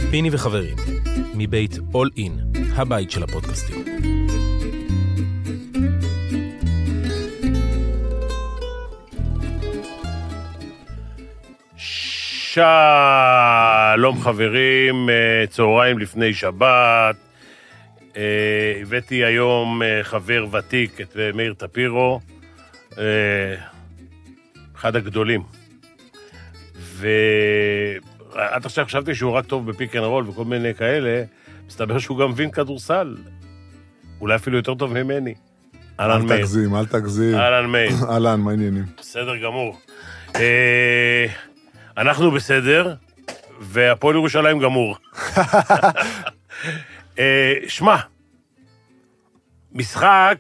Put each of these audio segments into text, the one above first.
פיני וחברים, מבית All In, הבית של הפודקאסטים. שלום חברים, צהריים לפני שבת. הבאתי היום חבר ותיק, את מאיר טפירו, אחד הגדולים. ועד עכשיו חשבתי שהוא רק טוב בפיק אנד רול וכל מיני כאלה, מסתבר שהוא גם מבין כדורסל. אולי אפילו יותר טוב ממני. אהלן מאיר. אל תגזים. אהלן מאיר. אהלן, מה העניינים? בסדר גמור. אנחנו בסדר, והפועל ירושלים גמור. שמע, משחק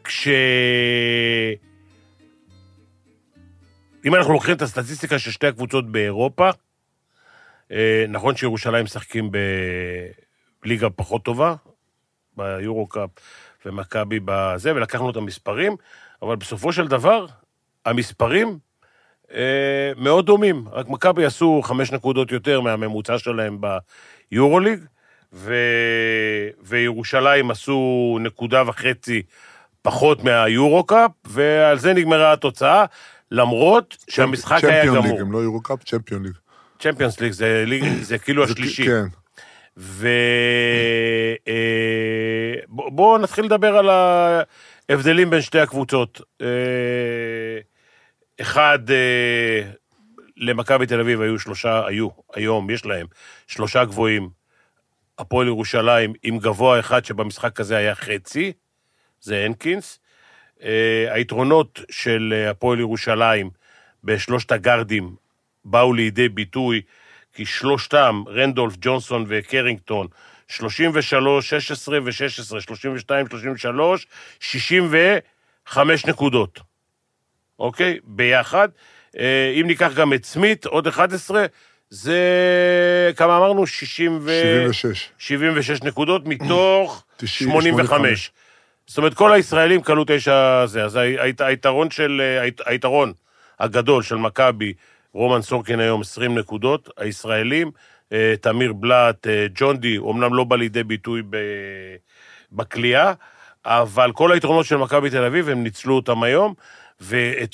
אם אנחנו לוקחים את הסטטיסטיקה של שתי הקבוצות באירופה, נכון שירושלים משחקים בליגה פחות טובה, ביורו-קאפ ומכבי בזה, ולקחנו את המספרים, אבל בסופו של דבר, המספרים מאוד דומים. רק מכבי עשו 5 נקודות יותר מהממוצע שלהם ביורוליג, וירושלים עשו 1.5 פחות מהיורו-קאפ, ועל זה נגמרה התוצאה, למרות שהמשחק היה גמור. צ'מפיון ליג, הם לא יורו-קאפ, צ'מפיון ליג. צ'מפיונס ליג, זה כאילו השלישי. כן. בואו נתחיל לדבר על ההבדלים בין שתי הקבוצות. אחד, למכבי תל אביב היום יש להם 3 גבוהים, הפועל ירושלים עם גבוה אחד שבמשחק הזה היה חצי, זה הנקינס. היתרונות של הפועל ירושלים בשלושת הגארדים באו לידי ביטוי, כי שלושתם, רנדולף, ג'ונסון וקרינגטון, 33, 16 ו-16, 32, 33, 65 נקודות. אוקיי? ביחד. אם ניקח גם את סמית, עוד 11, זה, כמה אמרנו? 76 נקודות מתוך 85. זאת אומרת, כל הישראלים קלו 9 זה. אז היתרון הגדול של מכבי, רומן סורקין היום 20 נקודות, הישראלים, תמיר בלט, ג'ונדי, אומנם לא בא לידי ביטוי בקליעה, אבל כל היתרונות של מכבי תל אביב, הם ניצלו אותם היום, ואת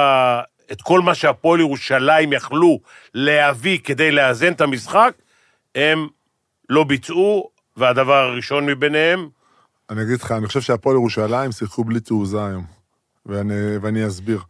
כל מה שהפועל ירושלים יכלו להביא כדי לאזן את המשחק, הם לא ביצעו, והדבר הראשון מביניהם, אני אגיד לך, אני חושב שהפועל ירושלים שיחקו בלי תעוזה היום, ואני אסביר.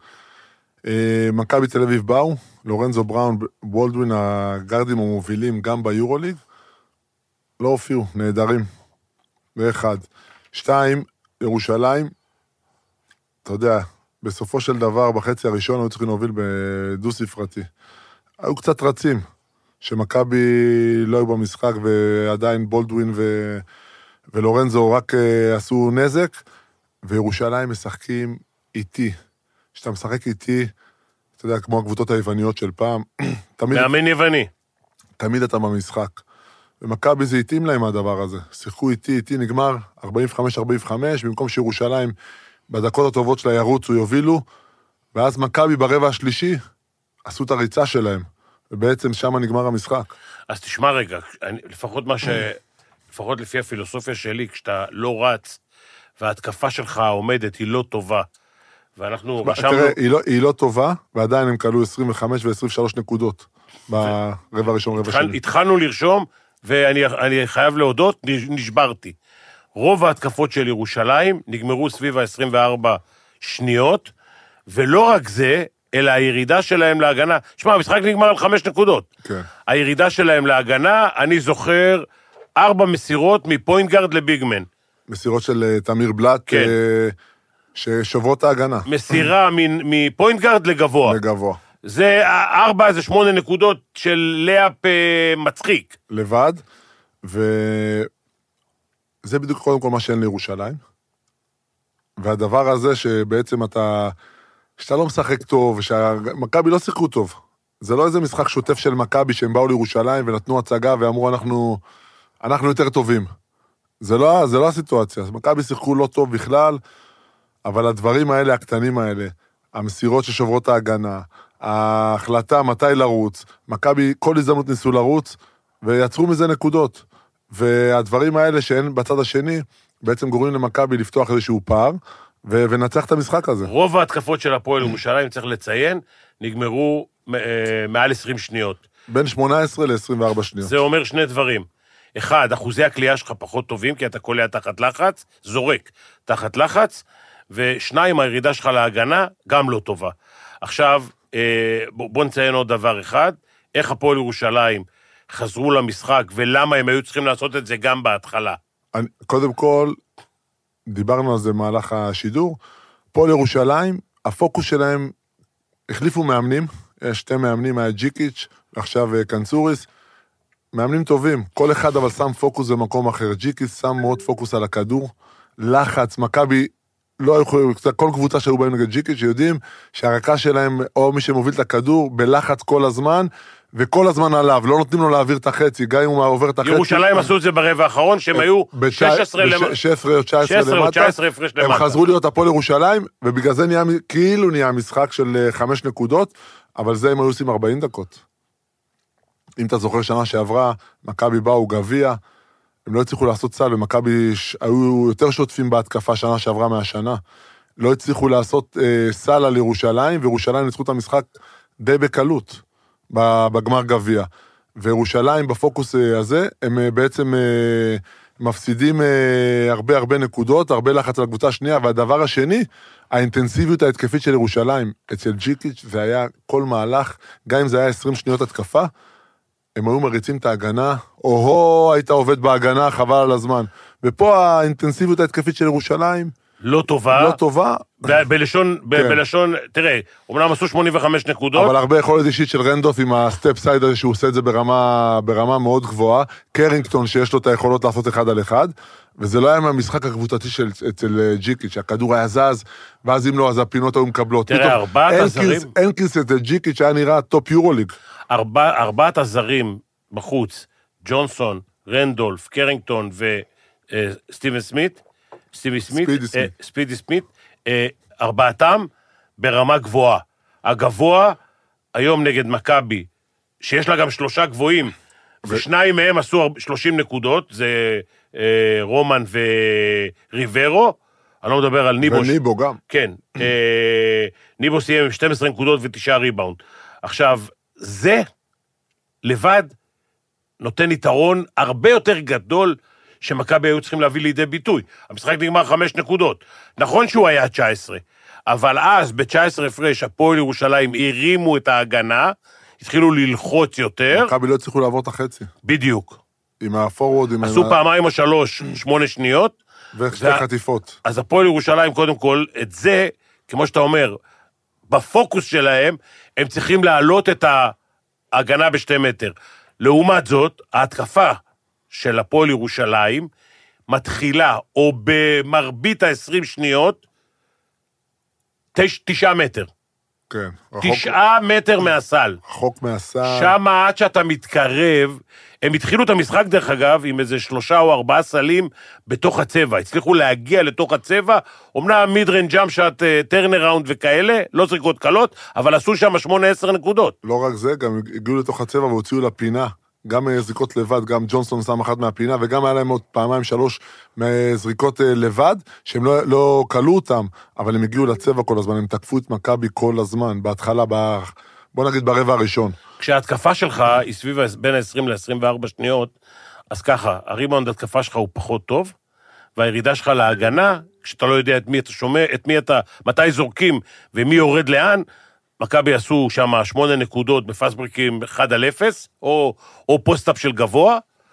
מכבי תל אביב באו, לורנזו בראון, וולדווין, הגארדים המובילים גם ביורוליג, לא הופיעו, נהדרים. זה 1. 2, ירושלים, אתה יודע, בסופו של דבר, בחצי הראשון, היו צריכים להוביל בדו ספרתי. היו קצת רצים, שמכבי לא היו במשחק, ועדיין בולדווין ולורנזו רק עשו נזק, וירושלים משחקים איתי. כשאתה משחק איתי, אתה יודע, כמו הקבוצות היווניות של פעם, מאמן יווני. תמיד אתה במשחק. ומכבי זה התאים להם הדבר הזה. שיחקו איתי, נגמר 45-45, במקום שירושלים בדקות הטובות של הירוץ יובילו, ואז מכבי ברבע השלישי עשו את הריצה שלהם, ובעצם שם נגמר המשחק. אז תשמע רגע, לפחות לפי הפילוסופיה שלי, כשאתה לא רץ, וההתקפה שלך העומדת היא לא טובה, ואנחנו רשמנו... תראה, היא לא טובה, ועדיין הם קלו 25 ו-23 נקודות, ברבע הראשון, רבע שני. התחלנו לרשום, ואני חייב להודות, נשברתי. רוב ההתקפות של ירושלים נגמרו סביב ה-24 שניות, ולא רק זה, אלא הירידה שלהם להגנה. שמע, המשחק נגמר על 5 נקודות. כן. הירידה שלהם להגנה, אני זוכר 4 מסירות מפוינטגארד לביגמן. מסירות של תמיר בלט, כן. ששוברות ההגנה. מסירה מפוינטגארד לגבוה. לגבוה. זה 4, זה 8 נקודות של לאפ מצחיק. לבד, וזה בדיוק קודם כל מה שאין לירושלים. והדבר הזה שבעצם שאתה לא משחק טוב, ושמכבי לא שיחקו טוב. זה לא איזה משחק שוטף של מכבי שהם באו לירושלים ונתנו הצגה ואמרו אנחנו יותר טובים. זה לא הסיטואציה. מכבי שיחקו לא טוב בכלל, אבל הדברים האלה, הקטנים האלה, המסירות ששוברות ההגנה, ההחלטה מתי לרוץ, מכבי כל הזדמנות ניסו לרוץ, ויצרו מזה נקודות. והדברים האלה שאין בצד השני, בעצם גורמים למכבי לפתוח איזשהו פער, ונצח את המשחק הזה. רוב ההתקפות של הפועל ירושלים, צריך לציין, נגמרו מעל 20 שניות. בין 18 ל-24 שניות. זה אומר שני דברים. אחד, אחוזי הקליעה שלך פחות טובים, כי אתה קולע תחת לחץ, זורק תחת לחץ, ושניים, הירידה שלך להגנה, גם לא טובה. עכשיו, בוא נציין עוד דבר אחד, איך הפועל ירושלים חזרו למשחק, ולמה הם היו צריכים לעשות את זה גם בהתחלה. קודם כל, דיברנו על זה במהלך השידור, הפועל ירושלים, הפוקוס שלהם, החליפו מאמנים, יש שתי מאמנים, היה ג'יקיץ', ועכשיו קנצוריס, מאמנים טובים, כל אחד אבל שם פוקוס במקום אחר, ג'יקיץ' שם מאוד פוקוס על הכדור, לחץ, מכבי, לא יכולים, כל קבוצה שהיו בהם נגד ג'יקיץ' שיודעים שהרקה שלהם, או מי שמוביל את הכדור, בלחץ כל הזמן, וכל הזמן עליו, לא נותנים לו להעביר את החצי, גם אם הוא עובר את החצי. ירושלים עשו את זה ברבע האחרון, שהם היו 16 או 19 הפרש למטה. הם חזרו להיות הפועל ירושלים, ובגלל זה כאילו נהיה משחק של 5 נקודות, אבל זה הם היו עושים 40 דקות. אם אתה זוכר שנה שעברה, מכבי באו גביע, הם לא הצליחו לעשות סל, ומכבי היו יותר שוטפים בהתקפה שנה שעברה מהשנה. לא הצליחו לעשות סל על ירושלים, וירושלים ניצחו את המשחק די בקלות. בגמר גביע. וירושלים בפוקוס הזה, הם בעצם מפסידים הרבה נקודות, הרבה לחץ על הקבוצה השנייה, והדבר השני, האינטנסיביות ההתקפית של ירושלים, אצל ג'יקיץ' זה היה כל מהלך, גם אם זה היה 20 שניות התקפה, הם היו מריצים את ההגנה, היית עובד בהגנה, חבל על הזמן. ופה האינטנסיביות ההתקפית של ירושלים, לא טובה. לא טובה. בלשון, תראה, אומנם עשו 85 נקודות. אבל הרבה יכולת אישית של רנדולף עם הסטפ סייד הזה, שהוא עושה את זה ברמה מאוד גבוהה. קרינגטון שיש לו את היכולות לעשות 1 על 1, וזה לא היה מהמשחק הקבוצתי אצל ג'יקיץ', שהכדור היה זז, ואז אם לא, אז הפינות היו מקבלות. תראה, 4 הזרים. אנקיס אצל ג'יקיץ' היה נראה טופ יורוליג. 4 הזרים בחוץ, ג'ונסון, רנדולף, קרינגטון וסטיבן סמית, ספידי סמית, 4 ברמה גבוהה. הגבוה, היום נגד מכבי, שיש לה גם 3 גבוהים, ושניים מהם עשו 30 נקודות, זה רומן וריברו, אני לא מדבר על ניבו. וניבו גם. כן, ניבו סיים עם 12 נקודות ו9 ריבאונד. עכשיו, זה לבד נותן יתרון הרבה יותר גדול שמכבי היו צריכים להביא לידי ביטוי. המשחק נגמר 5 נקודות. נכון שהוא היה 19, אבל אז ב-19 הפרש הפועל ירושלים הרימו את ההגנה, התחילו ללחוץ יותר. מכבי לא הצליחו לעבור את החצי. בדיוק. עם הפורוורד, עשו פעמיים או 3, 8 שניות. ושתי חטיפות. אז הפועל ירושלים קודם כל, את זה, כמו שאתה אומר, בפוקוס שלהם, הם צריכים להעלות את ההגנה ב2 מטר. לעומת זאת, ההתקפה של הפועל ירושלים מתחילה, או במרבית ה-20 שניות, 9 מטר. כן. 9 מטר מהסל. רחוק מהסל. שם עד שאתה מתקרב, הם התחילו את המשחק דרך אגב, עם איזה 3 או 4 סלים בתוך הצבע, הצליחו להגיע לתוך הצבע, אומנם מידרן ג'אמפ שאט טרנראונד וכאלה, לא זריקות קלות, אבל עשו שם 8-10 נקודות. לא רק זה, גם הגיעו לתוך הצבע והוציאו לפינה, גם זריקות לבד, גם ג'ונסון שם אחת מהפינה, וגם היה להם עוד 2-3 זריקות לבד, שהם לא קלו אותם, אבל הם הגיעו לצבע כל הזמן, הם תקפו את מכבי כל הזמן, בהתחלה, בוא נגיד ברבע הראשון. כשההתקפה שלך היא סביב בין 20 ל-24 שניות, אז ככה, הריבאונד התקפה שלך הוא פחות טוב, והירידה שלך להגנה, כשאתה לא יודע את מי אתה שומע, מתי זורקים ומי יורד לאן, מכבי עשו שם 8 נקודות בפסבריקים 1-0, או פוסט-אפ של גבוה,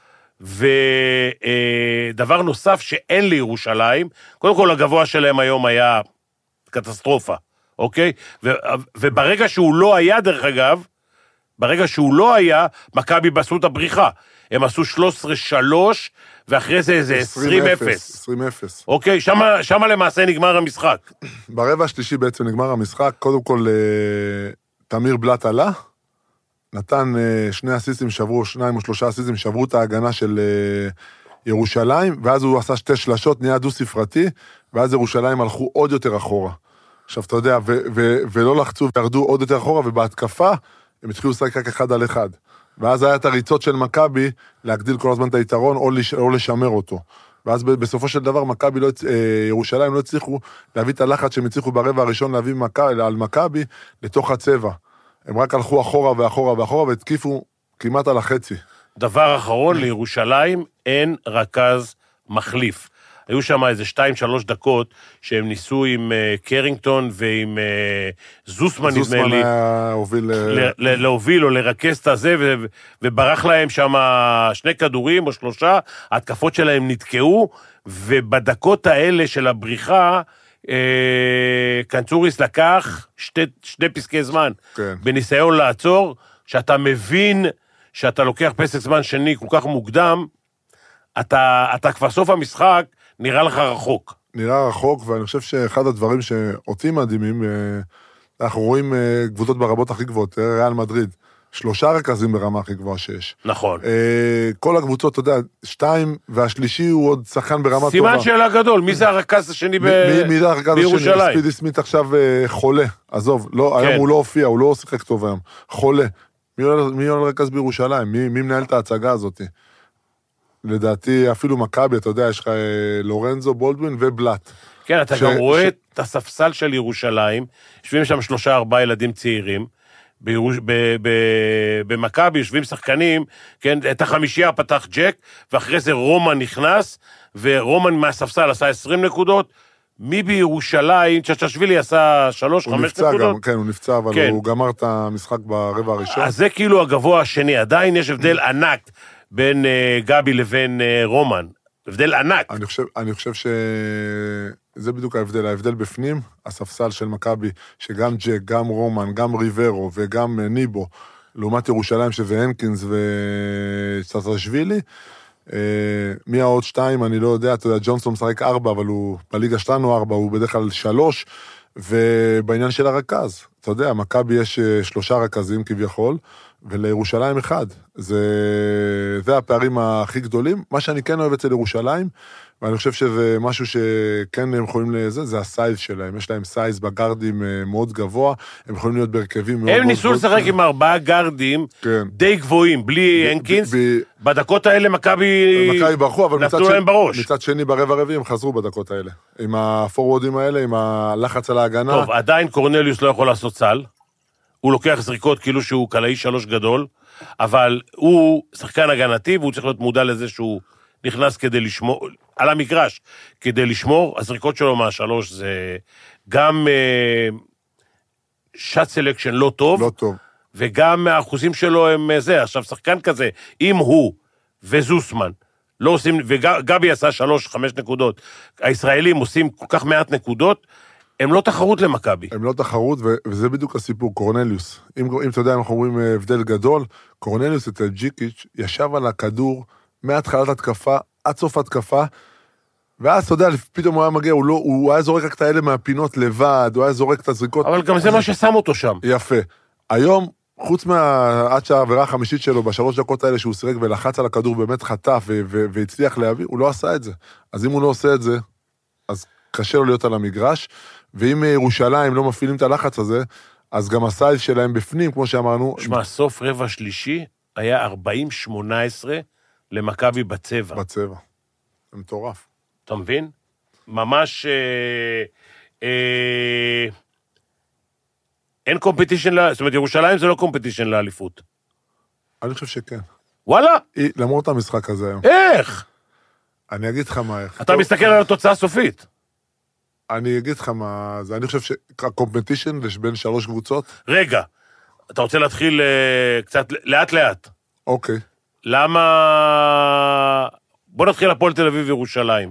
ודבר נוסף שאין לירושלים, קודם כל הגבוה שלהם היום היה קטסטרופה, אוקיי? וברגע שהוא לא היה, דרך אגב, ברגע שהוא לא היה, מכבי עשו את הבריחה. הם עשו 13-3, ואחרי זה איזה 20-0. אוקיי, שמה למעשה נגמר המשחק. ברבע השלישי בעצם נגמר המשחק, קודם כל תמיר בלט עלה, נתן 2 אסיסטים שברו, 2 או 3 אסיסטים שברו את ההגנה של ירושלים, ואז הוא עשה 2 שלשות, נהיה דו-ספרתי, ואז ירושלים הלכו עוד יותר אחורה. עכשיו אתה יודע, ולא לחצו וירדו עוד יותר אחורה, ובהתקפה הם התחילו לשחק רק 1 על 1. ואז היה את הריצות של מכבי, להגדיל כל הזמן את היתרון, או לשמר אותו. ואז בסופו של דבר, ירושלים לא הצליחו להביא את הלחץ שהם הצליחו ברבע הראשון להביא על מכבי לתוך הצבע. הם רק הלכו אחורה ואחורה ואחורה, והתקיפו כמעט על החצי. דבר אחרון, לירושלים אין רכז מחליף. היו שם איזה 2-3 דקות שהם ניסו עם קרינגטון ועם זוסמן, נדמה לי. זוסמן היה הוביל... להוביל או לרכז את הזה, וברח להם שם 2 כדורים או 3, ההתקפות שלהם נתקעו, ובדקות האלה של הבריחה, קנצוריס לקח 2 פסקי זמן, כן. בניסיון לעצור, שאתה מבין שאתה לוקח פסק זמן שני כל כך מוקדם, אתה כבר סוף המשחק, נראה לך רחוק. נראה רחוק, ואני חושב שאחד הדברים שאותי מדהימים, אנחנו רואים קבוצות ברמות הכי גבוהות, ריאל מדריד, 3 רכזים ברמה הכי גבוהה שיש. נכון. כל הקבוצות, אתה יודע, 2 והשלישי הוא עוד שחקן ברמה טובה. סימן שאלה גדול, מי זה הרכז השני בירושלים? מי זה הרכז השני? ספידי סמית עכשיו חולה, עזוב, היום הוא לא הופיע, הוא לא שיחק טוב היום, חולה. מי עולה רכז בירושלים? מי מנהל את ההצגה הזאת? לדעתי, אפילו מכבי, אתה יודע, יש לך לורנזו, בולדווין ובלט. כן, אתה גם רואה את הספסל של ירושלים, יושבים שם 3-4 ילדים צעירים, במכבי יושבים שחקנים, כן, את החמישייה פתח ג'ק, ואחרי זה רומן נכנס, ורומן מהספסל עשה 20 נקודות, מי בירושלים, צ'צ'שווילי עשה 3-5 נקודות. כן, הוא נפצע, אבל הוא גמר את המשחק ברבע הראשון. אז זה כאילו הגבוה השני, עדיין יש הבדל ענק בין גבי לבין רומן, הבדל ענק. אני חושב שזה בדיוק ההבדל בפנים, הספסל של מכבי, שגם ג'ק, גם רומן, גם ריברו וגם ניבו, לעומת ירושלים שזה הנקינס וצ'צ'שווילי, מי העוד 2, אני לא יודע, אתה יודע, ג'ונסון משחק 4, אבל הוא בליגה שלנו 4, הוא בדרך כלל 3, ובעניין של הרכז, אתה יודע, מכבי יש 3 רכזים כביכול, ולירושלים 1. זה הפערים הכי גדולים. מה שאני כן אוהב אצל ירושלים, ואני חושב שזה משהו שכן הם יכולים לזה, זה הסייז שלהם. יש להם סייז בגרדים מאוד גבוה, הם יכולים להיות בהרכבים מאוד... הם ניסו לשחק עם 4 גרדים די גבוהים, בלי הנקינס. בדקות האלה מכבי ברחו, אבל נתנו להם בראש. מצד שני ברבע הרביעי הם חזרו בדקות האלה. עם הפורוודים האלה, עם הלחץ על ההגנה. טוב, עדיין קורנליוס לא יכול לעשות סל. הוא לוקח זריקות כאילו שהוא קלעי 3 גדול, אבל הוא שחקן הגנתי, והוא צריך להיות מודע לזה שהוא נכנס כדי לשמור, על המגרש, כדי לשמור. הזריקות שלו מה3 זה גם שט סלקשן לא טוב, וגם האחוזים שלו הם זה. עכשיו, שחקן כזה, אם הוא וזוסמן לא עושים, וגבי עשה 3-5 נקודות, הישראלים עושים כל כך מעט נקודות, הם לא תחרות למכבי. הם לא תחרות, וזה בדיוק הסיפור, קורנליוס. אם אתה יודע, אנחנו אומרים הבדל גדול, קורנליוס אצל ג'יקיץ' ישב על הכדור מהתחלת התקפה עד סוף התקפה, ואז אתה יודע, פתאום הוא היה מגיע, הוא היה זורק רק את האלה מהפינות לבד, הוא היה זורק את הזריקות. אבל גם זה מה ששם אותו שם. יפה. היום, חוץ עד שהעבירה החמישית שלו, ב3 דקות האלה שהוא סירק ולחץ על הכדור, באמת חטף והצליח להעביר, הוא לא עשה את זה. אז אם הוא לא עושה את זה, אז קשה לו להיות על המגרש, ואם ירושלים לא מפעילים את הלחץ הזה, אז גם הסייז שלהם בפנים, כמו שאמרנו... שמע, סוף רבע שלישי היה 40-18 למכבי בצבע. בצבע. זה מטורף. אתה מבין? ממש... אין קומפטישן, זאת אומרת, ירושלים זה לא קומפטישן לאליפות. אני חושב שכן. וואלה? למרות המשחק הזה היום. איך? אני אגיד לך מה איך. אתה מסתכל על התוצאה הסופית. אני אגיד לך מה, אני חושב שהקומפטישן יש בין 3 קבוצות. רגע, אתה רוצה להתחיל קצת לאט לאט. אוקיי. למה... בוא נתחיל הפועל תל אביב וירושלים.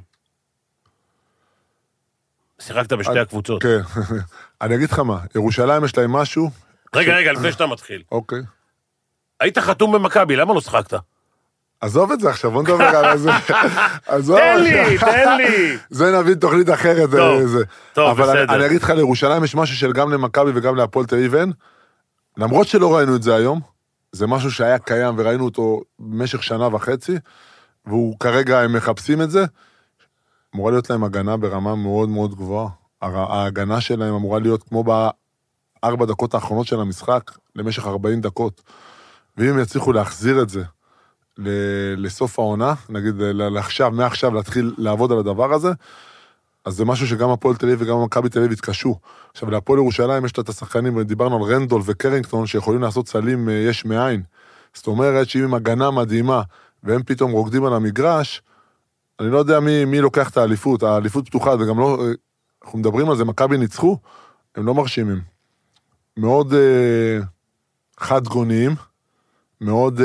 שיחקת בשתי הקבוצות. כן. אני אגיד לך מה, ירושלים יש להם משהו... רגע, לפני שאתה מתחיל. אוקיי. היית חתום במכבי, למה לא שחקת? עזוב את זה עכשיו, בוא נדבר על זה. תן לי. זה נביא תוכנית אחרת. טוב, בסדר. אבל אני אגיד לך, לירושלים יש משהו של גם למכבי וגם להפועל תל אביב, למרות שלא ראינו את זה היום, זה משהו שהיה קיים וראינו אותו במשך 1.5 שנה, והוא כרגע, הם מחפשים את זה, אמורה להיות להם הגנה ברמה מאוד מאוד גבוהה. ההגנה שלהם אמורה להיות כמו ב4 דקות האחרונות של המשחק, למשך 40 דקות. ואם הם יצליחו להחזיר את זה לסוף העונה, נגיד מעכשיו להתחיל לעבוד על הדבר הזה, אז זה משהו שגם הפועל תל אביב וגם מכבי תל אביב התקשו. עכשיו, להפועל ירושלים יש את השחקנים, ודיברנו על רנדול וקרינגטון, שיכולים לעשות סלים יש מאין. זאת אומרת שאם עם הגנה מדהימה, והם פתאום רוקדים על המגרש, אני לא יודע מי לוקח את האליפות, האליפות פתוחה, וגם לא, אנחנו מדברים על זה, מכבי ניצחו, הם לא מרשימים. מאוד חד גוניים, מאוד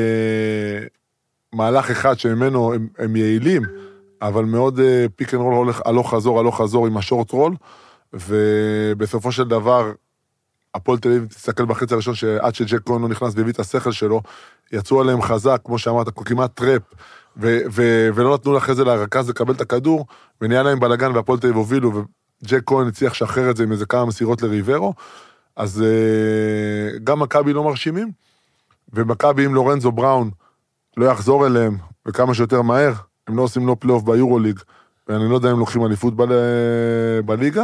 מהלך אחד שממנו הם יעילים, אבל מאוד פיק אנד רול הולך הלוך חזור עם השורט רול, ובסופו של דבר, הפועל תל אביב תסתכל בחצי הראשון, שעד שג'ק כהן לא נכנס והביא את השכל שלו, יצאו עליהם חזק, כמו שאמרת, כמעט טראפ, ולא נתנו אחרי זה לרכז לקבל את הכדור, ונהיה להם בלגן והפועל תל אביב הובילו, וג'ק כהן הצליח לשחרר את זה עם איזה כמה מסירות לריברו, אז גם מכבי לא מרשימים, ומכבי עם לורנזו בראון לא יחזור אליהם, וכמה שיותר מהר, הם לא עושים לו פלייאוף ביורוליג, ואני לא יודע אם לוקחים אליפות בליגה,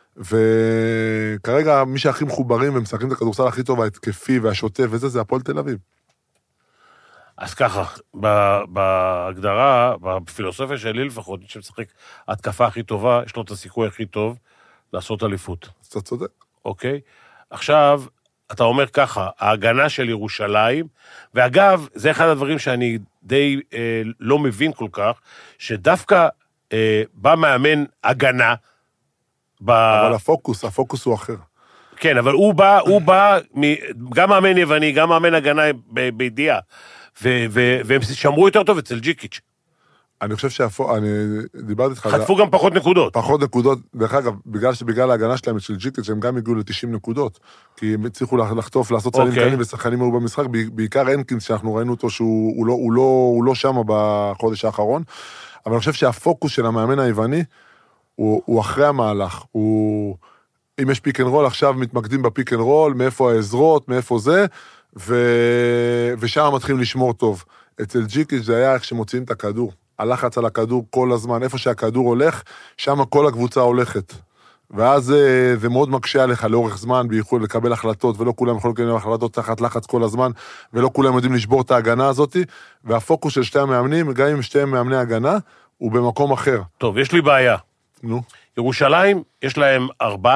וכרגע מי שהכי מחוברים ומשחקים את הכדורסל הכי טוב, ההתקפי והשוטף וזה, זה הפועל תל אביב. אז ככה, בהגדרה, בפילוסופיה שלי לפחות, מי שמשחק התקפה הכי טובה, יש לו את הסיכוי הכי טוב לעשות אליפות. אז אתה צודק. אוקיי? עכשיו, אתה אומר ככה, ההגנה של ירושלים, ואגב, זה אחד הדברים שאני די לא מבין כל כך, שדווקא בא מאמן הגנה, אבל הפוקוס הוא אחר. כן, אבל הוא בא גם מאמן יווני, גם מאמן הגנה בידיעה, והם שמרו יותר טוב אצל ג'יקיץ'. אני חושב אני דיברתי איתך... חטפו גם פחות נקודות. פחות נקודות, דרך אגב, בגלל ההגנה שלהם של ג'יקיץ', הם גם הגיעו ל-90 נקודות, כי הם הצליחו לחטוף, לעשות סלים קטנים ושחקנים היו במשחק, בעיקר הנקינס, שאנחנו ראינו אותו שהוא לא שם בחודש האחרון, אבל אני חושב שהפוקוס של המאמן היווני, הוא אחרי המהלך, אם יש פיק אנד רול, עכשיו מתמקדים בפיק אנד רול, מאיפה העזרות, מאיפה זה, ושם מתחילים לשמור טוב. אצל ג'יקיץ' זה היה איך שמוציאים את הכדור, הלחץ על הכדור כל הזמן, איפה שהכדור הולך, שם כל הקבוצה הולכת. ואז זה מאוד מקשה עליך לאורך זמן, בייחוד לקבל החלטות, ולא כולם יכולים לקבל החלטות תחת לחץ כל הזמן, ולא כולם יודעים לשבור את ההגנה הזאת, והפוקוס של שתי המאמנים, גם עם שתי מאמני הגנה, הוא במקום אחר. טוב, יש לי בעיה. נו. ירושלים, יש להם 4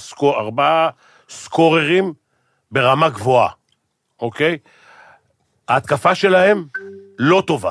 סקוררים ברמה גבוהה, אוקיי? ההתקפה שלהם לא טובה.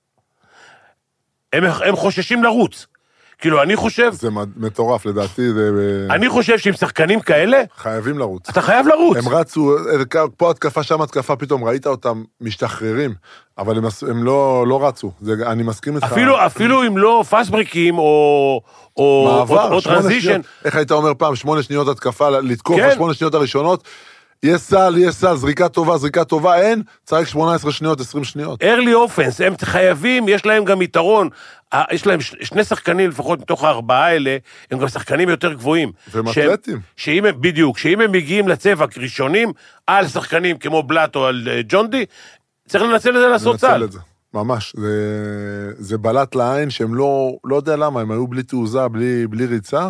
הם חוששים לרוץ. כאילו, אני חושב... זה מטורף, לדעתי. אני חושב שעם שחקנים כאלה... חייבים לרוץ. אתה חייב לרוץ. הם רצו, פה התקפה, שם התקפה, פתאום ראית אותם משתחררים, אבל הם לא רצו. אני מסכים איתך. אפילו אם לא פאסט-בריקים או טרנזישן. איך היית אומר פעם, 8 שניות התקפה, לתקוף ב8 שניות הראשונות, יש סל, זריקה טובה, אין, צריך 18 שניות, 20 שניות. early offense, הם חייבים, יש להם גם יתרון, יש להם 2 שחקנים, לפחות מתוך 4 האלה, הם גם שחקנים יותר גבוהים. ומטלטים. בדיוק, שאם הם מגיעים לצבע ראשונים, על שחקנים כמו בלט או על ג'ונדי, צריך לנצל את זה לעשות סל. ממש, זה בלט לעין, שהם לא יודע למה, הם היו בלי תעוזה, בלי ריצה,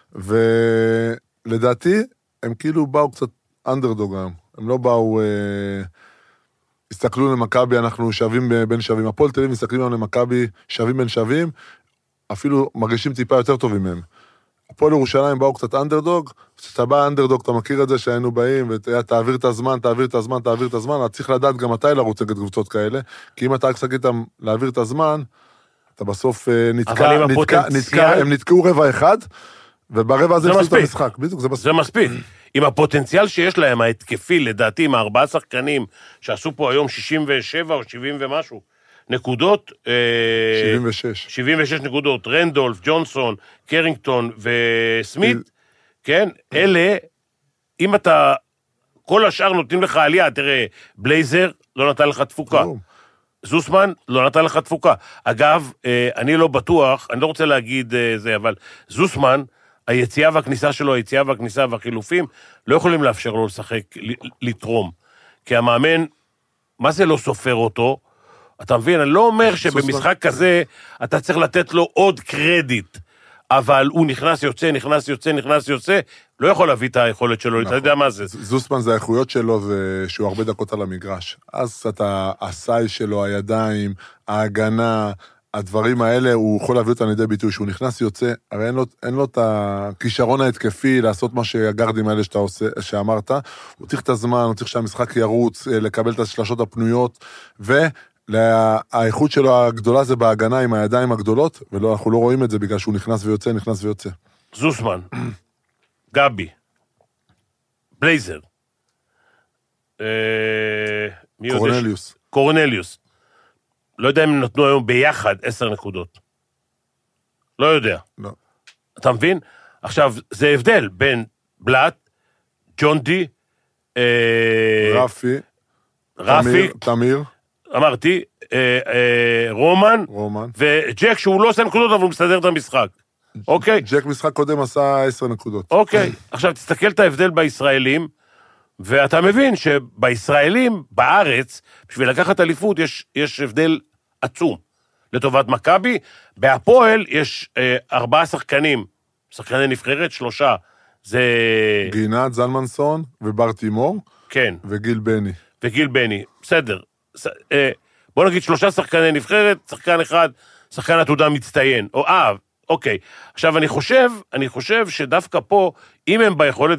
ולדעתי, הם כאילו באו קצת אנדרדוג היום. הם לא באו, הסתכלו למכבי, אנחנו שווים בין שווים. הפועל תל אביב מסתכלים היום למכבי, שווים בין שווים, אפילו מרגישים טיפה יותר טובים מהם. הפועל ירושלים באו קצת אנדרדוג, כשאתה בא אנדרדוג, אתה מכיר את זה שהיינו באים, ותעביר את הזמן, אתה צריך לדעת גם מתי לרוץ נגד קבוצות כאלה, כי אם אתה רק סגית להעביר את הזמן, אתה בסוף הם נתקעו רבע אחד, וברבע הזה הפסידו את המשחק. זה מספיק. עם הפוטנציאל שיש להם, ההתקפי, לדעתי, עם 4 שחקנים, שעשו פה היום 67 או 70 ומשהו, נקודות, 76 נקודות, רנדולף, ג'ונסון, קרינגטון וסמית, כן, אלה, אם אתה, כל השאר נותנים לך עלייה, תראה, בלייזר לא נתן לך תפוקה, זוסמן לא נתן לך תפוקה. אגב, אני לא בטוח, אני לא רוצה להגיד זה, אבל זוסמן, היציאה והכניסה שלו, היציאה והכניסה והחילופים, לא יכולים לאפשר לו לשחק, לתרום. כי המאמן, מה זה לא סופר אותו? אתה מבין, אני לא אומר שבמשחק כזה, אתה צריך לתת לו עוד קרדיט, אבל הוא נכנס, יוצא, נכנס, יוצא, נכנס, יוצא, לא יכול להביא את היכולת שלו, אתה יודע מה זה. זוסמן זה האיכויות שלו, זה שהוא הרבה דקות על המגרש. אז קצת הסייז שלו, הידיים, ההגנה, הדברים האלה, הוא יכול להביא אותם לידי ביטוי, שהוא נכנס, יוצא, הרי אין לו את הכישרון ההתקפי לעשות מה שהגרדים האלה שאמרת, הוא צריך את הזמן, הוא צריך שהמשחק ירוץ, לקבל את השלשות הפנויות, והאיכות שלו הגדולה זה בהגנה עם הידיים הגדולות, ואנחנו לא רואים את זה בגלל שהוא נכנס ויוצא, נכנס ויוצא. זוסמן, גבי, בלייזר, קורנליוס. לא יודע אם הם נתנו היום ביחד 10 נקודות. לא יודע. לא. אתה מבין? עכשיו, זה הבדל בין בלאט, ג'ונדי, רפי, תמיר, אמרתי, רומן, וג'ק שהוא לא עושה נקודות, אבל הוא מסתדר את המשחק. אוקיי? ג'ק משחק קודם עשה 10 נקודות. אוקיי. עכשיו, תסתכל את ההבדל בישראלים, ואתה מבין שבישראלים, בארץ, בשביל לקחת אליפות, יש הבדל עצום. לטובת מכבי, בהפועל יש 4 שחקנים, שחקני נבחרת, 3. זה... גינת זלמנסון ובר תימור. כן. וגיל בני. בסדר. בוא נגיד 3 שחקני נבחרת, שחקן אחד, שחקן עתודה מצטיין. אוקיי. עכשיו, אני חושב שדווקא פה, אם הם ביכולת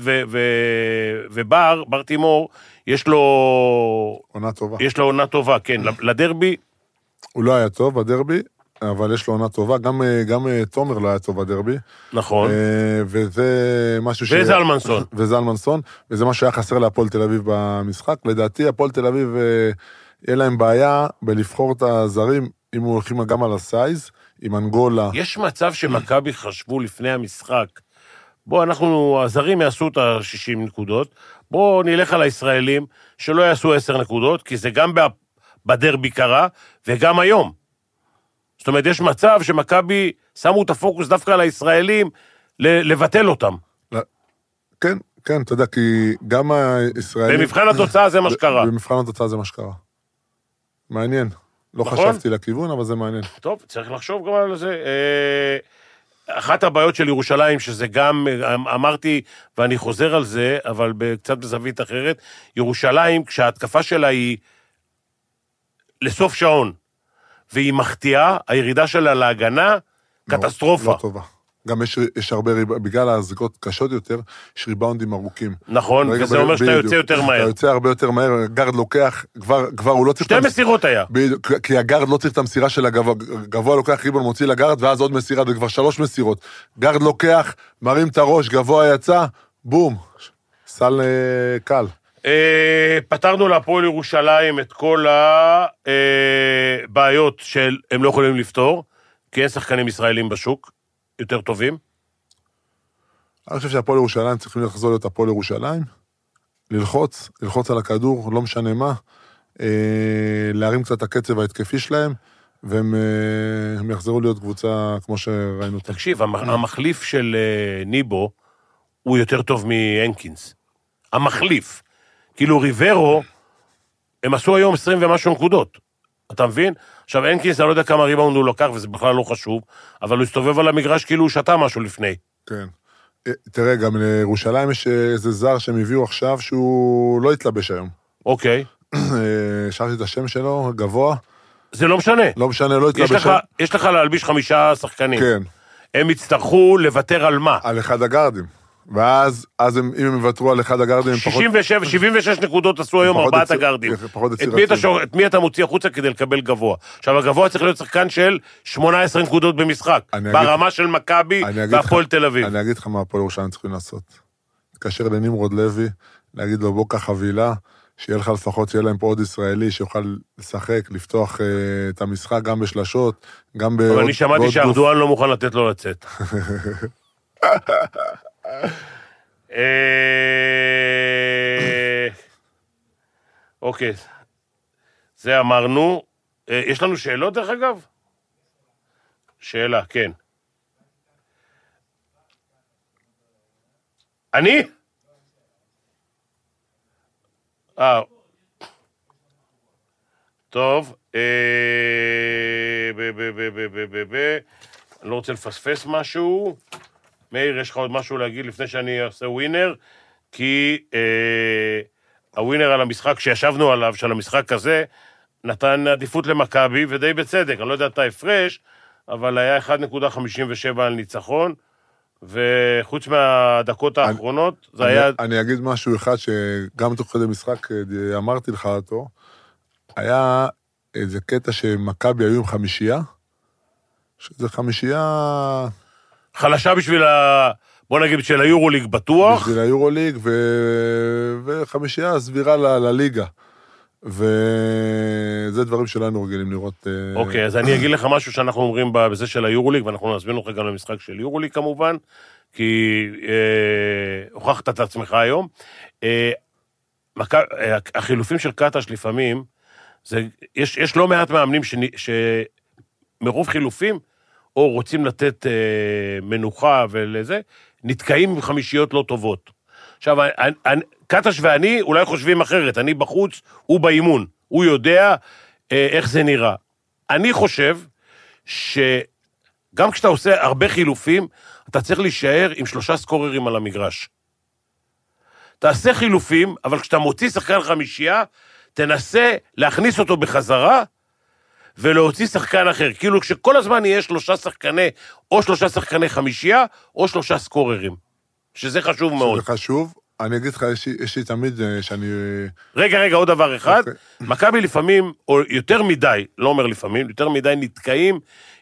ובר תימור, יש לו... עונה טובה. יש לו עונה טובה, כן. לדרבי... הוא לא היה טוב בדרבי, אבל יש לו עונה טובה. גם תומר לא היה טוב בדרבי. נכון. וזה משהו וזלמנסון. וזה מה שהיה חסר להפועל תל אביב במשחק. לדעתי, הפועל תל אביב, יהיה להם בעיה בלבחור את הזרים, אם הוא הולכים גם על הסייז, עם אנגולה. יש מצב שמכבי חשבו לפני המשחק, הזרים יעשו את ה-60 נקודות, בואו נלך על הישראלים, שלא יעשו 10 נקודות, כי זה גם בדרבי קרה, וגם היום. זאת אומרת, יש מצב שמכבי שמו את הפוקוס דווקא על הישראלים, לבטל אותם. כן, אתה יודע, כי גם הישראלים... במבחן התוצאה זה מה שקרה. במבחן התוצאה זה מה שקרה. מעניין. לא נכון? חשבתי לכיוון, אבל זה מעניין. טוב, צריך לחשוב גם על זה. אחת הבעיות של ירושלים, שזה גם, אמרתי, ואני חוזר על זה, אבל קצת בזווית אחרת, ירושלים, כשההתקפה שלה היא לסוף שעון, והיא מחטיאה, הירידה שלה להגנה, קטסטרופה. לא טובה. גם יש הרבה, בגלל ההזריקות קשות יותר, יש ריבאונדים ארוכים. נכון, וזה אומר שאתה יוצא יותר מהר. אתה יוצא הרבה יותר מהר, הגארד לוקח, כבר הוא לא צריך... 2 מסירות היה. כי הגארד לא צריך את המסירה של הגבוה, לוקח ריבון, מוציא לגארד, ואז עוד מסירה, זה כבר 3 מסירות. גארד לוקח, מרים את הראש, גבוה יצא, בום, סל קל. פתרנו להפועל ירושלים את כל הבעיות שהם לא יכולים לפתור, כי אין שחקנים ישראלים בשוק. יותר טובים? אני חושב שהפועל ירושלים צריכים לחזור להיות הפועל ירושלים, ללחוץ על הכדור, לא משנה מה, להרים קצת הקצב ההתקפי שלהם, והם יחזרו להיות קבוצה כמו שראינו. תקשיב, המחליף של ניבו הוא יותר טוב מהנקינס. המחליף. כאילו ריברו, הם עשו היום 20 ומשהו נקודות. אתה מבין? עכשיו, הנקינס, אני לא יודע כמה ריבאונד הוא לוקח, וזה בכלל לא חשוב, אבל הוא הסתובב על המגרש כאילו הוא שתה משהו לפני. כן. תראה, גם לירושלים יש איזה זר שהם הביאו עכשיו, שהוא לא התלבש היום. אוקיי. שרתי את השם שלו, גבוה. זה לא משנה. לא משנה, לא התלבש היום. יש לך להלביש 5 שחקנים. כן. הם יצטרכו לוותר על מה? על אחד הגארדים. ואז אם הם יוותרו על אחד הגארדים... 76 נקודות עשו היום 4 הגארדים. את מי אתה מוציא החוצה כדי לקבל גבוה? עכשיו, הגבוה צריך להיות שחקן של 18 נקודות במשחק, ברמה של מכבי והפועל תל אביב. אני אגיד לך מה הפועל ירושלים צריכים לעשות. להתקשר לנמרוד לוי, להגיד לו בוא קח חבילה, שיהיה לך לפחות, שיהיה להם פה עוד ישראלי, שיוכל לשחק, לפתוח את המשחק גם בשלשות, גם בעוד... אבל אני שמעתי שארדואן לא מוכן לתת לו לצאת. אוקיי, זה אמרנו. יש לנו שאלות דרך אגב? שאלה, כן. אני? טוב. אני לא רוצה לפספס משהו. מאיר, יש לך עוד משהו להגיד לפני שאני אעשה ווינר? כי הווינר על המשחק שישבנו עליו, של המשחק הזה, נתן עדיפות למכבי, ודי בצדק. אני לא יודע את ההפרש, אבל היה 1.57 על ניצחון, וחוץ מהדקות האחרונות, זה היה... אני אגיד משהו אחד שגם תוך כדי משחק אמרתי לך אותו, היה איזה קטע שמכבי היו עם חמישייה, שזה חמישייה... חלשה בשביל בוא נגיד, של היורוליג בטוח. בשביל היורוליג, וחמישייה סבירה לליגה. וזה דברים שלנו רגילים לראות... אוקיי, אז אני אגיד לך משהו שאנחנו אומרים בזה של היורוליג, ואנחנו נזמין אותך גם למשחק של יורוליג כמובן, כי הוכחת את עצמך היום. החילופים של קטש לפעמים, יש לא מעט מאמנים שמרוב חילופים, או רוצים לתת מנוחה ולזה, נתקעים עם חמישיות לא טובות. עכשיו, קטש ואני אולי חושבים אחרת, אני בחוץ, הוא באימון, הוא יודע איך זה נראה. אני חושב שגם כשאתה עושה הרבה חילופים, אתה צריך להישאר עם 3 סקוררים על המגרש. תעשה חילופים, אבל כשאתה מוציא שחקן חמישייה, תנסה להכניס אותו בחזרה, ולהוציא שחקן אחר. כאילו כשכל הזמן יהיה 3 שחקני, או 3 שחקני חמישייה, או 3 סקוררים. שזה חשוב מאוד. שזה חשוב. אני אגיד לך, יש לי תמיד שאני... רגע, עוד דבר אחד. מכבי לפעמים, או יותר מדי, לא אומר לפעמים, יותר מדי נתקעים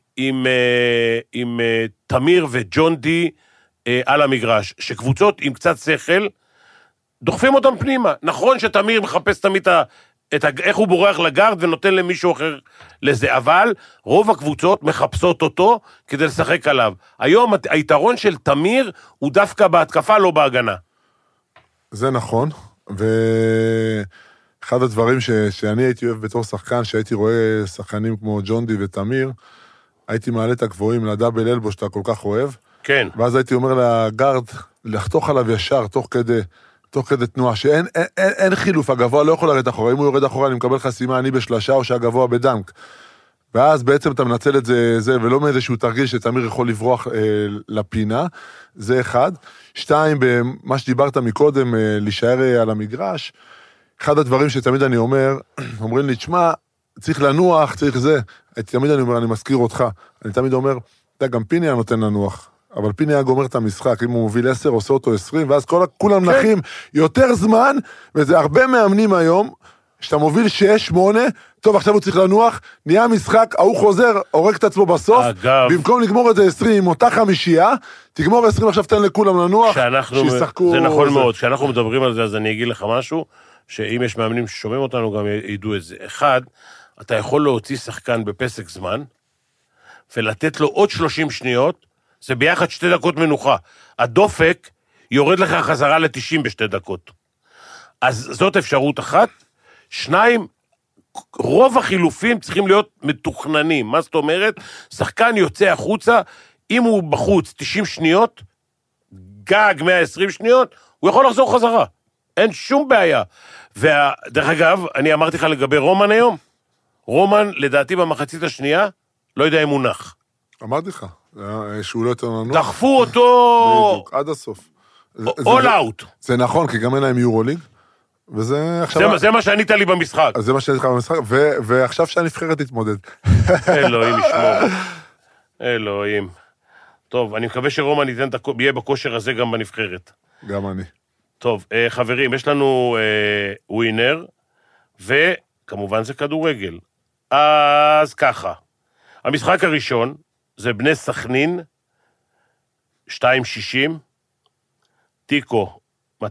עם תמיר וג'ון די על המגרש. שקבוצות עם קצת שכל, דוחפים אותם פנימה. נכון שתמיר מחפש תמיד איך הוא בורח לגארד ונותן למישהו אחר לזה, אבל רוב הקבוצות מחפשות אותו כדי לשחק עליו. היום היתרון של תמיר הוא דווקא בהתקפה, לא בהגנה. זה נכון, ואחד הדברים שאני הייתי אוהב בתור שחקן, שהייתי רואה שחקנים כמו ג'ון די ותמיר, הייתי מעלה את הגבוהים לדאבל אלבו שאתה כל כך אוהב, כן. ואז הייתי אומר לגארד, לחתוך עליו ישר, תוך כדי תנועה, שאין חילוף, הגבוה לא יכול לרדת אחורה, אם הוא יורד אחורה אני מקבל חסימה, אני בשלשה או שהגבוה בדנק, ואז בעצם אתה מנצל את זה, ולא מאיזשהו תרגיל שתמיר יכול לברוח לפינה, זה אחד. 2, במה שדיברת מקודם, להישאר על המגרש, אחד הדברים שתמיד אני אומר, אומרים לי, תשמע, צריך לנוח, צריך זה, תמיד אני אומר, אני מזכיר אותך, אני תמיד אומר, אתה גם פיני נותן לנוח, אבל פיני היה גומר את המשחק, אם הוא מוביל 10, עושה אותו 20, ואז כולם נחים יותר זמן, וזה הרבה מאמנים היום, שאתה מוביל 6-8, טוב, עכשיו הוא צריך לנוח, נהיה משחק, הוא חוזר, הורג את עצמו בסוף, במקום לגמור את זה 20 עם אותה חמישייה, תגמור 20, עכשיו תן לכולם לנוח, שישחקו... זה נכון מאוד, כשאנחנו מדברים על זה, אז אני אגיד לך משהו, שאם יש מאמנים ששומעים אותנו, גם ידעו את זה. אחד, אתה יכול להוציא שחקן בפסק זמן, ולתת לו עוד 30 שניות, זה ביחד 2 דקות מנוחה. הדופק יורד לך חזרה ל-90 ב2 דקות. אז זאת אפשרות אחת. 2, רוב החילופים צריכים להיות מתוכננים. מה זאת אומרת? שחקן יוצא החוצה, אם הוא בחוץ 90 שניות, גג 120 שניות, הוא יכול לחזור חזרה. אין שום בעיה. ודרך אגב, אני אמרתי לך לגבי רומן היום, רומן, לדעתי במחצית השנייה, לא יודע אם הוא נח. אמרתי לך, שהוא לא יותר ננוח. דחפו אותו... בדיוק, עד הסוף. all out. זה נכון, כי גם אין להם יורוליג, וזה עכשיו... זה מה שענית לי במשחק. זה מה שענית לי במשחק, ועכשיו שהנבחרת תתמודד. אלוהים ישמור. אלוהים. טוב, אני מקווה שרומן יהיה בכושר הזה גם בנבחרת. גם אני. טוב, חברים, יש לנו ווינר, וכמובן זה כדורגל. אז ככה, המשחק הראשון זה בני סכנין, 2.60, טיקו, 2.70,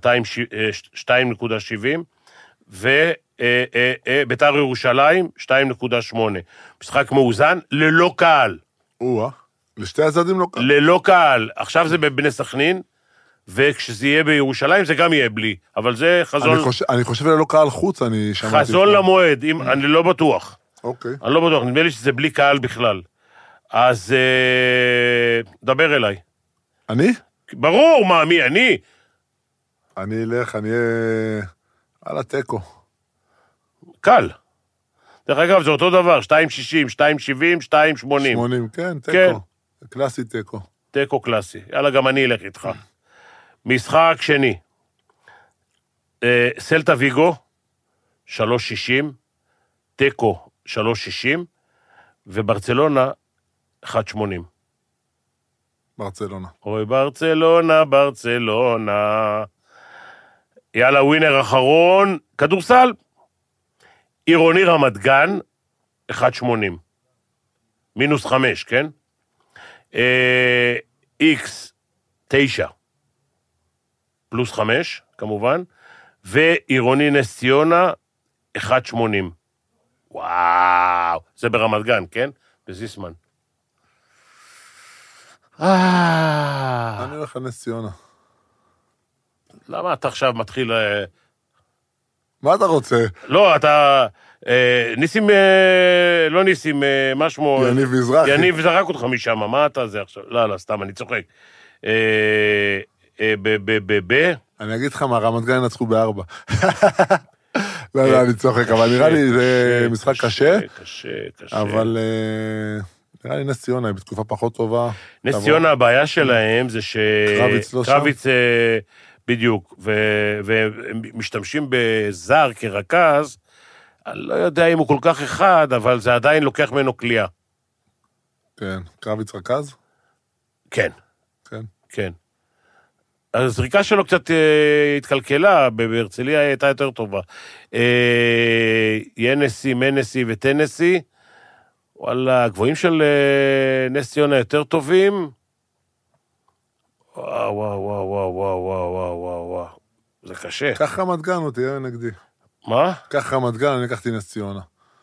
וביתר ירושלים, 2.8. משחק מאוזן, ללא קהל. לשתי הצדדים לא קהל. ללא קהל. עכשיו זה בבני סכנין, וכשזה יהיה בירושלים זה גם יהיה בלי, אבל זה חזון... אני חושב ללא קהל חוץ, אני שמעתי... חזון למועד, אני לא בטוח. אוקיי. אני לא בטוח, נדמה לי שזה בלי קהל בכלל. אז דבר אליי. אני? ברור, מה, מי, אני? אני אלך, אני אהיה... על הטקו. קל. דרך אגב, זה אותו דבר, 2.60, 2.70, 2.80. 80, כן, טקו. כן, קלאסי תיקו. תיקו קלאסי. יאללה, גם אני אלך איתך. משחק שני. סלטה ויגו, 3.60, תיקו, 3.60, וברצלונה, 1.80. ברצלונה. אוי, ברצלונה, ברצלונה. יאללה, ווינר אחרון, כדורסל. עירוני רמת גן, 1.80. מינוס 5, כן? X, 9. פלוס 5, כמובן. ועירוני נס ציונה, 1.80. וואו, זה ברמת גן, כן? בזיסמן. אני הולך לנס ציונה. למה אתה עכשיו מתחיל... מה אתה רוצה? לא, אתה... ניסים, לא ניסים, מה שמו... יניב מזרחי. יניב זרק אותך משם, מה אתה זה עכשיו? לא, סתם, אני צוחק. אני אגיד לך מה, רמת גן ינצחו ב4. לא, אני צוחק, אבל נראה לי זה משחק קשה. קשה. אבל נראה לי נס ציונה היא בתקופה פחות טובה. נס ציונה, הבעיה שלהם זה ש... קרביץ לא שם. קרביץ, בדיוק, ומשתמשים בזר כרכז, אני לא יודע אם הוא כל כך אחד, אבל זה עדיין לוקח ממנו כלייה. כן, קרביץ רכז? כן. כן. כן. הזריקה שלו קצת התקלקלה, בהרצליה הייתה יותר טובה. ינסי, מנסי וטנסי, וואלה, הגבוהים של נס ציונה יותר טובים. וואו. זה קשה. קח רמת גן, הוא תהיה נגדי. מה? קח רמת גן, אני לקחתי נס ציונה.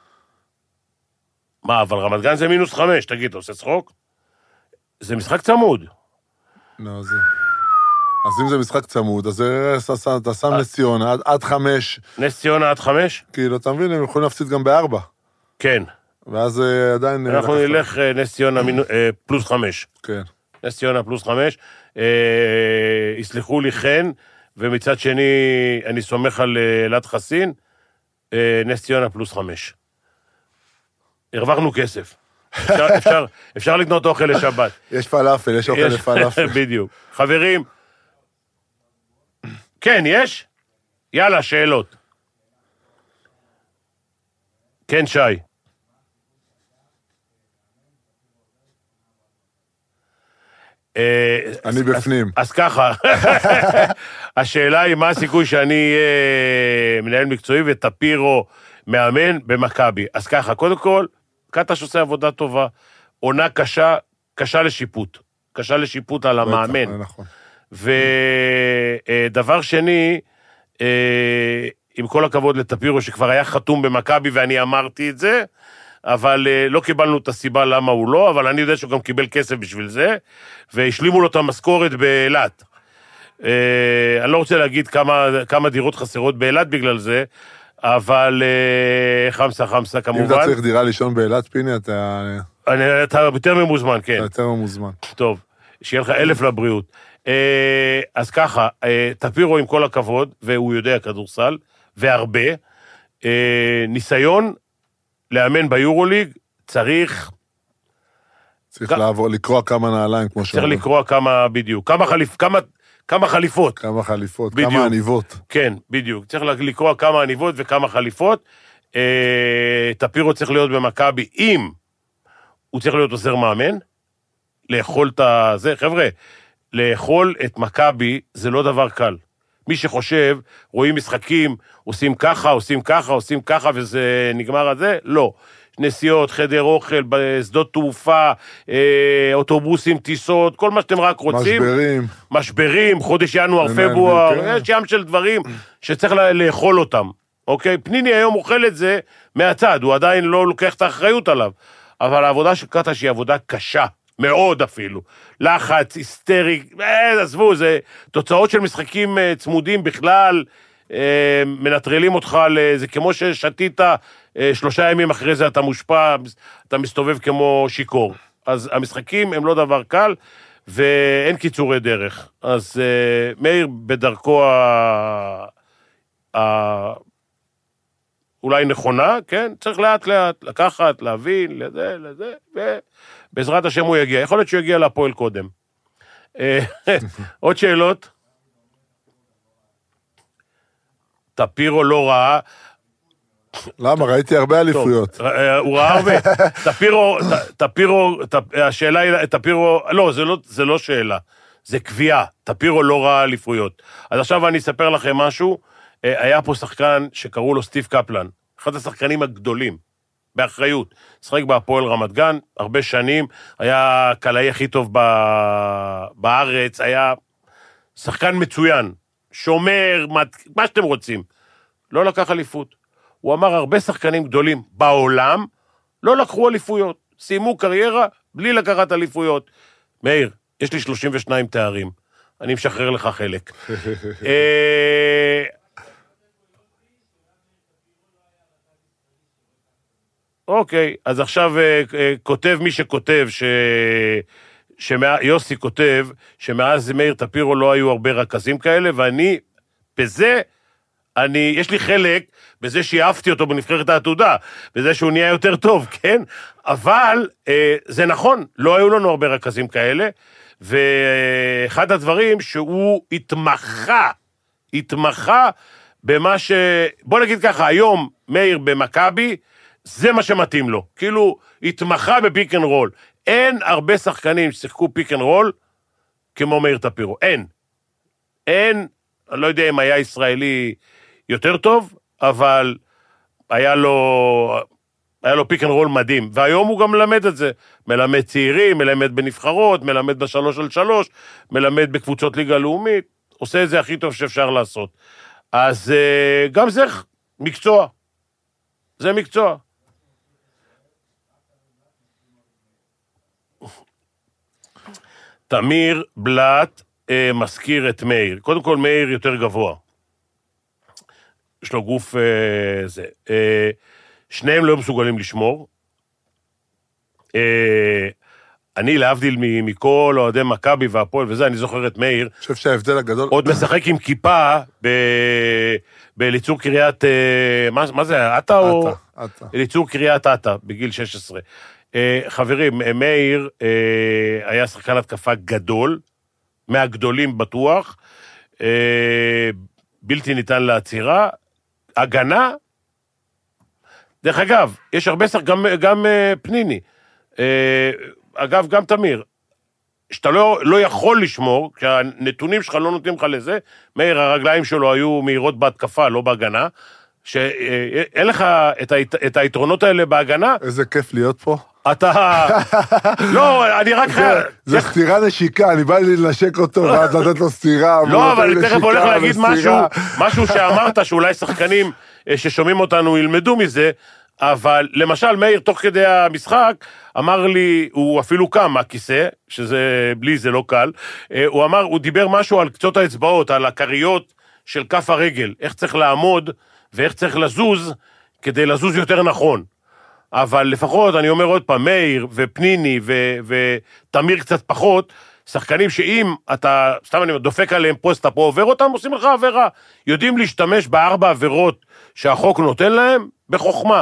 מה, אבל רמת גן זה מינוס 5, תגיד, אתה עושה צחוק? זה משחק צמוד. לא, זה... אז אם זה משחק צמוד, אז אתה שם נס ציונה עד 5. נס ציונה עד 5? כאילו, אתה מבין, הם יכולים להפסיד גם ב4. כן. ואז עדיין... אנחנו נלך נס ציונה פלוס 5. כן. נס ציונה פלוס 5. יסלחו לי חן, ומצד שני, אני סומך על אלעד חסין, נס ציונה פלוס 5. הרווחנו כסף. אפשר לקנות אוכל לשבת. יש פלאפל, יש אוכל לפלאפל. בדיוק. חברים, כן, יש? יאללה, שאלות. כן, שי. אני בפנים. אז ככה, השאלה היא מה הסיכוי שאני מנהל מקצועי וטפירו מאמן במכבי. אז ככה, קודם כל, קטש עושה עבודה טובה, עונה קשה לשיפוט. קשה לשיפוט על המאמן. נכון. ודבר שני, עם כל הכבוד לטפירו שכבר היה חתום במכבי ואני אמרתי את זה, אבל לא קיבלנו את הסיבה למה הוא לא, אבל אני יודע שהוא גם קיבל כסף בשביל זה, והשלימו לו את המשכורת באילת. אני לא רוצה להגיד כמה דירות חסרות באילת בגלל זה, אבל חמסה כמובן. אם אתה צריך דירה לישון באילת, פיני, אתה יותר ממוזמן, כן. אתה יותר ממוזמן. טוב, שיהיה לך 1,000 לבריאות. אז ככה, טפירו עם כל הכבוד, והוא יודע כדורסל, והרבה, ניסיון לאמן ביורוליג, צריך לקרוא כמה נעליים, כמו שאומרים. צריך לקרוא כמה, בדיוק, כמה חליפות. כמה חליפות, כמה עניבות. כן, בדיוק. צריך לקרוא כמה עניבות וכמה חליפות. טפירו צריך להיות במכבי, אם הוא צריך להיות עוזר מאמן, לאכול את זה. חבר'ה, לאכול את מכבי זה לא דבר קל. מי שחושב, רואים משחקים, עושים ככה, וזה נגמר על זה? לא. נסיעות, חדר אוכל, בשדות תעופה, אוטובוסים, טיסות, כל מה שאתם רק רוצים. משברים, חודש ינואר, פברואר, יש ים של דברים שצריך לאכול אותם, אוקיי? פניני היום אוכל את זה מהצד, הוא עדיין לא לוקח את האחריות עליו, אבל העבודה של קטש היא עבודה קשה, מאוד אפילו. לחץ, היסטרי, עזבו, זה תוצאות של משחקים צמודים בכלל, מנטרלים אותך, זה כמו ששתית 3 ימים אחרי זה אתה מושפע, אתה מסתובב כמו שיקור. אז המשחקים הם לא דבר קל, ואין קיצורי דרך. אז מאיר בדרכו אולי נכונה, כן? צריך לאט לאט לקחת, להבין, לזה, ובעזרת השם הוא יגיע. יכול להיות שהוא יגיע להפועל קודם. עוד שאלות? טפירו לא ראה. למה? ראיתי הרבה אליפויות. הוא ראה הרבה. טפירו, השאלה היא, טפירו, לא, זה לא שאלה. זה קביעה. טפירו לא ראה אליפויות. אז עכשיו אני אספר לכם משהו. היה פה שחקן שקראו לו סטיב קפלן. אחד השחקנים הגדולים. באחריות. שחק בהפועל רמת גן, הרבה שנים. היה קלעי הכי טוב בארץ. היה שחקן מצוין. שומר, מה שאתם רוצים. לא לקח אליפות. הוא אמר, הרבה שחקנים גדולים בעולם לא לקחו אליפויות. סיימו קריירה בלי לקחת אליפויות. מאיר, יש לי 32 תארים. אני משחרר לך חלק. אוקיי, אז עכשיו כותב מי שכותב, יוסי כותב, שמאז מאיר טפירו לא היו הרבה רכזים כאלה, ואני, בזה, יש לי חלק בזה שיאפתי אותו בנבחרת העתודה, בזה שהוא נהיה יותר טוב, כן? אבל זה נכון, לא היו לנו הרבה רכזים כאלה, ואחד הדברים שהוא התמחה במה בוא נגיד ככה, היום מאיר במכבי, זה מה שמתאים לו, כאילו התמחה בפיק אנד רול. אין הרבה שחקנים ששיחקו פיק אנד רול כמו מאיר טפירו, אין, אני לא יודע אם היה ישראלי יותר טוב, אבל היה לו פיק אנד רול מדהים, והיום הוא גם מלמד את זה, מלמד צעירים, מלמד בנבחרות, מלמד ב3-על-3, מלמד בקבוצות ליגה לאומית, עושה את זה הכי טוב שאפשר לעשות. אז גם זה מקצוע, זה מקצוע. תמיר בלט מזכיר את מאיר. קודם כל, מאיר יותר גבוה. יש לו גוף זה. שניהם לא מסוגלים לשמור. אני, להבדיל מכל אוהדי מכבי והפועל וזה, אני זוכר את מאיר. אני חושב שההבדל הגדול... עוד משחק עם כיפה בליצור קריית... מה זה, עטה או... עטה. ליצור קריית עטה, בגיל 16. חברים, מאיר היה שחקן התקפה גדול, מהגדולים בטוח, בלתי ניתן לעצירה, הגנה, דרך אגב, יש הרבה גם פניני, אגב, גם תמיר, שאתה לא יכול לשמור, כשהנתונים שלך לא נותנים לך לזה, מאיר, הרגליים שלו היו מהירות בהתקפה, לא בהגנה, שאין לך את היתרונות האלה בהגנה. איזה כיף להיות פה. אתה... לא, אני רק... זה סתירה נשיקה, אני בא לי לנשק אותו, ואז לתת לו סתירה. לא, אבל אני תכף הולך להגיד משהו שאמרת, שאולי שחקנים ששומעים אותנו ילמדו מזה, אבל למשל, מאיר, תוך כדי המשחק, אמר לי, הוא אפילו קם מהכיסא, שזה בלי זה לא קל, הוא דיבר משהו על קצות האצבעות, על הקריות של כף הרגל, איך צריך לעמוד, ואיך צריך לזוז, כדי לזוז יותר נכון. אבל לפחות, אני אומר עוד פעם, מאיר ופניני ותמיר קצת פחות, שחקנים שאם אתה, סתם אני דופק עליהם פוסט, אתה פה עובר אותם, עושים לך עבירה. יודעים להשתמש בארבע עבירות שהחוק נותן להם בחוכמה.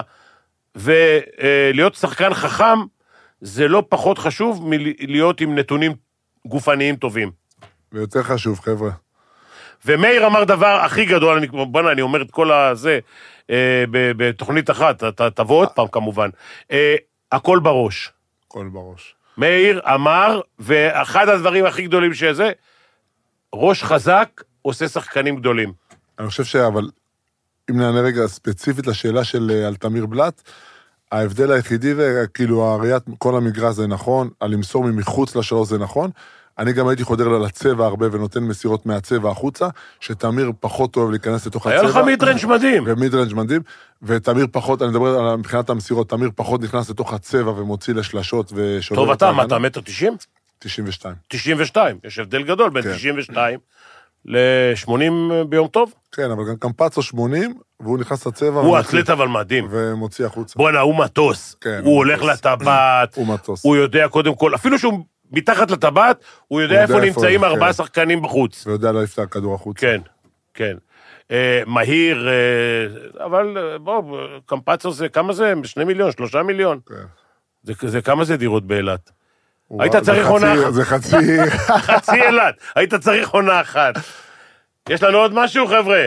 ולהיות שחקן חכם, זה לא פחות חשוב מלהיות עם נתונים גופניים טובים. ויותר חשוב, חבר'ה. ומאיר אמר דבר הכי גדול, אני אומר את כל הזה, בתוכנית אחת, אתה תבוא עוד פעם כמובן, הכל בראש. הכל בראש. מאיר אמר, ואחד הדברים הכי גדולים שזה, ראש חזק עושה שחקנים גדולים. אני חושב אבל אם נענה רגע ספציפית לשאלה של על תמיר בלט, ההבדל היחידי, וכאילו הראיית כל המגרש זה נכון, על למסור ממחוץ לשלוש זה נכון, אני גם הייתי חודר לה לצבע הרבה ונותן מסירות מהצבע החוצה, שתמיר פחות אוהב להיכנס לתוך הצבע. היה לך מידרנג' מדהים. ומידרנג' מדהים, ותמיר פחות, אני מדבר על מבחינת המסירות, תמיר פחות נכנס לתוך הצבע ומוציא לשלשות ושובר. טוב, אתה, מה, אתה 1.90 מטר? 92. 92, יש הבדל גדול בין 92 ל-80 ביום טוב. כן, אבל גם קמפצו 80, והוא נכנס לצבע. הוא אתלט אבל מדהים. ומוציא החוצה. בוא'נה, הוא מטוס. הוא הולך לטבעת. הוא מטוס. הוא יודע קודם כל, אפילו שהוא מתחת לטבעת, הוא יודע איפה נמצאים 4 שחקנים בחוץ. ויודע להעיף את הכדור החוצה. כן, כן. מהיר, אבל בוא, קמפצו זה, כמה זה? 2 מיליון, 3 מיליון. זה כמה זה דירות באילת? היית צריך עונה אחת. זה חצי... חצי אילת, היית צריך עונה אחת. יש לנו עוד משהו, חבר'ה?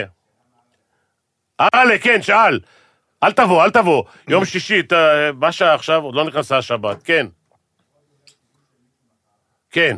כן, שאל. אל תבוא. יום שישי, מה שעה עכשיו? עוד לא נכנסה השבת, כן. כן.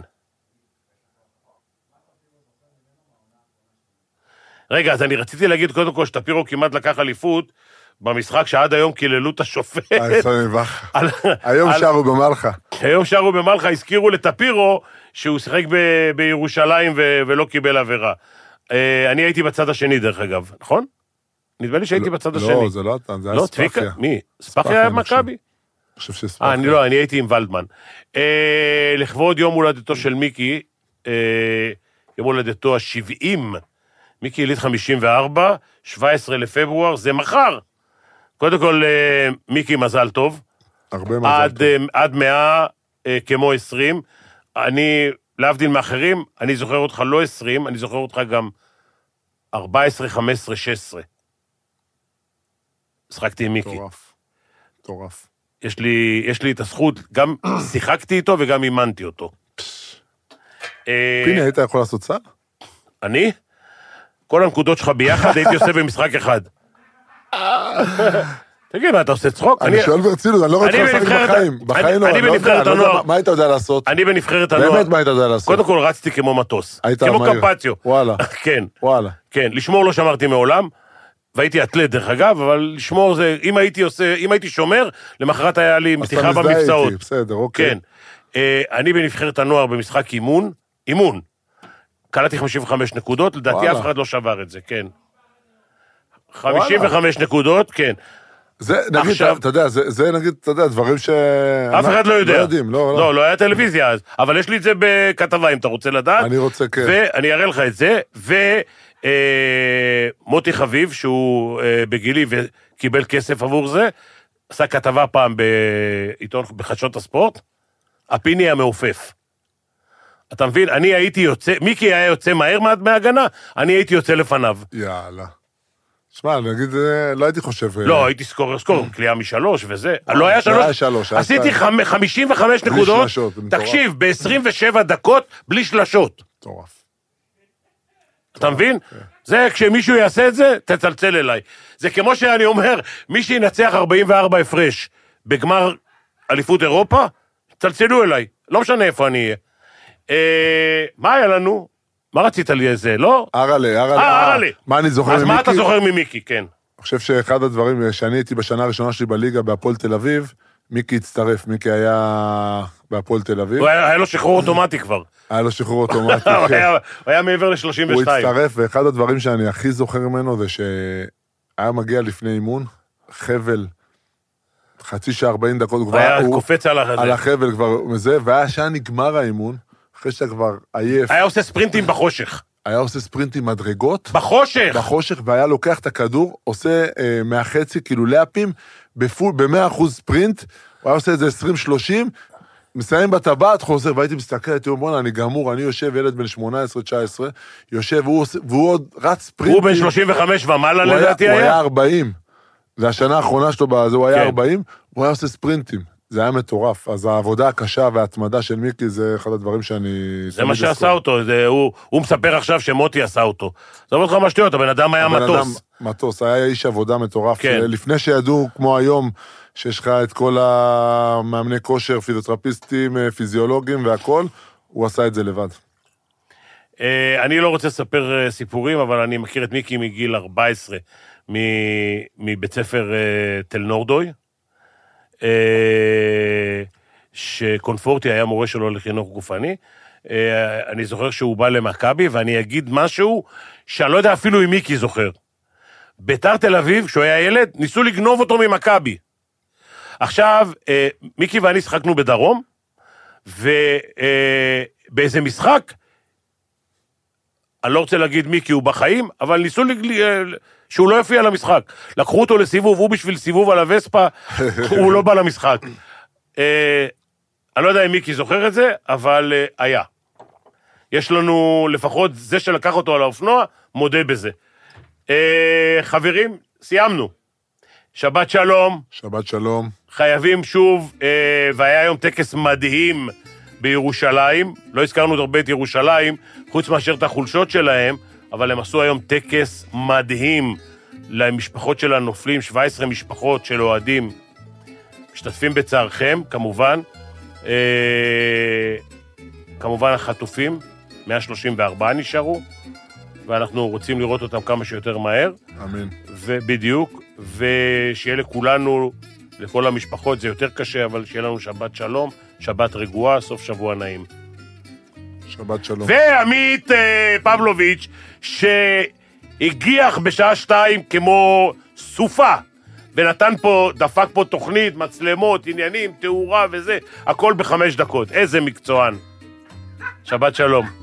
רגע, אז אני רציתי להגיד קודם כל שטפירו כמעט לקח אליפות במשחק שעד היום קיללו את השופט. היום שרו במלכה. היום שרו במלכה, הזכירו לטפירו שהוא שיחק בירושלים ולא קיבל עבירה. אני הייתי בצד השני דרך אגב, נכון? נדמה לי שהייתי בצד השני. לא, זה לא אתה, זה היה ספחיה. מי? ספחיה היה מכבי? אני חושב שספחיה. אני הייתי עם ולדמן. לכבוד יום הולדתו של מיקי, יום הולדתו ה-70, מיקי יליד 54, 17 לפברואר, זה מחר. קודם כל, מיקי מזל טוב. הרבה מזל טוב. עד 100 כמו 20. אני, להבדיל מאחרים, אני זוכר אותך לא 20, אני זוכר אותך גם 14, 15, 16. שחקתי עם מיקי. טורף. יש לי את הזכות, גם שיחקתי איתו וגם אימנתי אותו. פיני, היית יכול לעשות סל? אני? כל הנקודות שלך ביחד הייתי עושה במשחק אחד. תגיד, מה, אתה עושה צחוק? אני שואל ברצינות, אני לא רוצה לשחק בחיים. בחיים אני בנבחרת הנוער. מה היית יודע לעשות? אני בנבחרת הנוער. באמת מה היית יודע לעשות? קודם כל רצתי כמו מטוס. כמו קפציו. וואלה. כן. וואלה. כן, לשמור לא שמרתי מעולם, והייתי אתלט דרך אגב, אבל לשמור זה, אם הייתי שומר, למחרת היה לי מתיחה במבצעות. בסדר, אוקיי. כן. אני בנבחרת הנוער במשחק אימון. קלעתי 55 נקודות, לדעתי אף אחד לא שבר את זה, כן. 55 נקודות, כן. זה, נגיד, אתה יודע, זה נגיד, אתה יודע, דברים ש... אף אחד לא יודע. לא יודעים, לא. לא היה טלוויזיה אז, אבל יש לי את זה בכתבה, אם אתה רוצה לדעת. אני רוצה, כן. ואני אראה לך את זה, ומוטי חביב, שהוא בגילי וקיבל כסף עבור זה, עשה כתבה פעם בעיתון, בחדשות הספורט, הפיני המעופף. אתה מבין? אני הייתי יוצא, מיקי היה יוצא מהר מההגנה, אני הייתי יוצא לפניו. יאללה. שמע, נגיד, לא הייתי חושב... לא, הייתי סקור, קליעה משלוש וזה. לא היה שלוש. עשיתי 55 נקודות, תקשיב, ב-27 דקות, בלי שלשות. טורף. אתה מבין? זה, כשמישהו יעשה את זה, תצלצל אליי. זה כמו שאני אומר, מי שינצח 44 הפרש בגמר אליפות אירופה, צלצלו אליי. לא משנה איפה אני אהיה. מה היה לנו? מה רצית לי איזה, לא? ארלה. מה אני זוכר ממיקי? אז מה אתה זוכר ממיקי, כן? אני חושב שאחד הדברים, שאני הייתי בשנה הראשונה שלי בליגה בהפועל תל אביב, מיקי הצטרף, מיקי היה בהפועל תל אביב. היה לו שחרור אוטומטי כבר. היה לו שחרור אוטומטי, כן. הוא היה מעבר ל-32. הוא הצטרף, ואחד הדברים שאני הכי זוכר ממנו, זה שהיה מגיע לפני אימון, חבל, חצי שעה 40 דקות, הוא היה קופץ על החבל כבר, והיה שעה נגמר האימון, אחרי שאתה כבר עייף. היה עושה ספרינטים בחושך. היה עושה ספרינטים מדרגות. בחושך, והיה לוקח את הכדור, עושה מהחצי, כאילו לאפים, ב-100% ספרינט, הוא היה עושה את זה 20-30, מסיים בטבעת, חוזר, והייתי מסתכל, הייתי אומר, אני גמור, אני יושב, ילד בן 18-19, יושב, והוא עוד רץ ספרינטים. הוא בן 35 ומעלה לדעתי היה? הוא היה 40. זה השנה האחרונה שלו בזה, הוא היה 40, הוא היה עושה ספרינטים. זה היה מטורף, אז העבודה הקשה וההתמדה של מיקי זה אחד הדברים שאני... זה מה שעשה אותו, הוא מספר עכשיו שמוטי עשה אותו. זה לא אותך משתיות, הבן אדם היה מטוס. מטוס, היה איש עבודה מטורף. כן. לפני שידעו, כמו היום, שיש לך את כל המאמני כושר, פיזיותרפיסטים, פיזיולוגים והכל, הוא עשה את זה לבד. אני לא רוצה לספר סיפורים, אבל אני מכיר את מיקי מגיל 14, מבית ספר תל נורדוי, שקונפורטי היה מורה שלו לחינוך גופני. אני זוכר שהוא בא למכבי, ואני אגיד משהו שאני לא יודע אפילו אם מיקי זוכר. ביתר תל אביב, כשהוא היה ילד, ניסו לגנוב אותו ממכבי. עכשיו, מיקי ואני שחקנו בדרום, ובאיזה משחק, אני לא רוצה להגיד מיקי הוא בחיים, אבל ניסו שהוא לא יופיע למשחק. לקחו אותו לסיבוב, הוא בשביל סיבוב על הווספה, הוא לא בא למשחק. אני לא יודע אם מיקי זוכר את זה, אבל היה. יש לנו לפחות זה שלקח אותו על האופנוע, מודה בזה. חברים, סיימנו. שבת שלום. שבת שלום. חייבים שוב, והיה היום טקס מדהים בירושלים. לא הזכרנו הרבה את ירושלים, חוץ מאשר את החולשות שלהם, אבל הם עשו היום טקס מדהים למשפחות של הנופלים, 17 משפחות של אוהדים. משתתפים בצערכם, כמובן. כמובן החטופים, 134 נשארו, ואנחנו רוצים לראות אותם כמה שיותר מהר. אמן. ובדיוק, ושיהיה לכולנו, לכל המשפחות, זה יותר קשה, אבל שיהיה לנו שבת שלום, שבת רגועה, סוף שבוע נעים. שבת שלום. ועמית פבלוביץ', שהגיח בשעה 2 כמו סופה, ונתן פה, דפק פה תוכנית, מצלמות, עניינים, תאורה וזה, הכל ב5 דקות. איזה מקצוען. שבת שלום.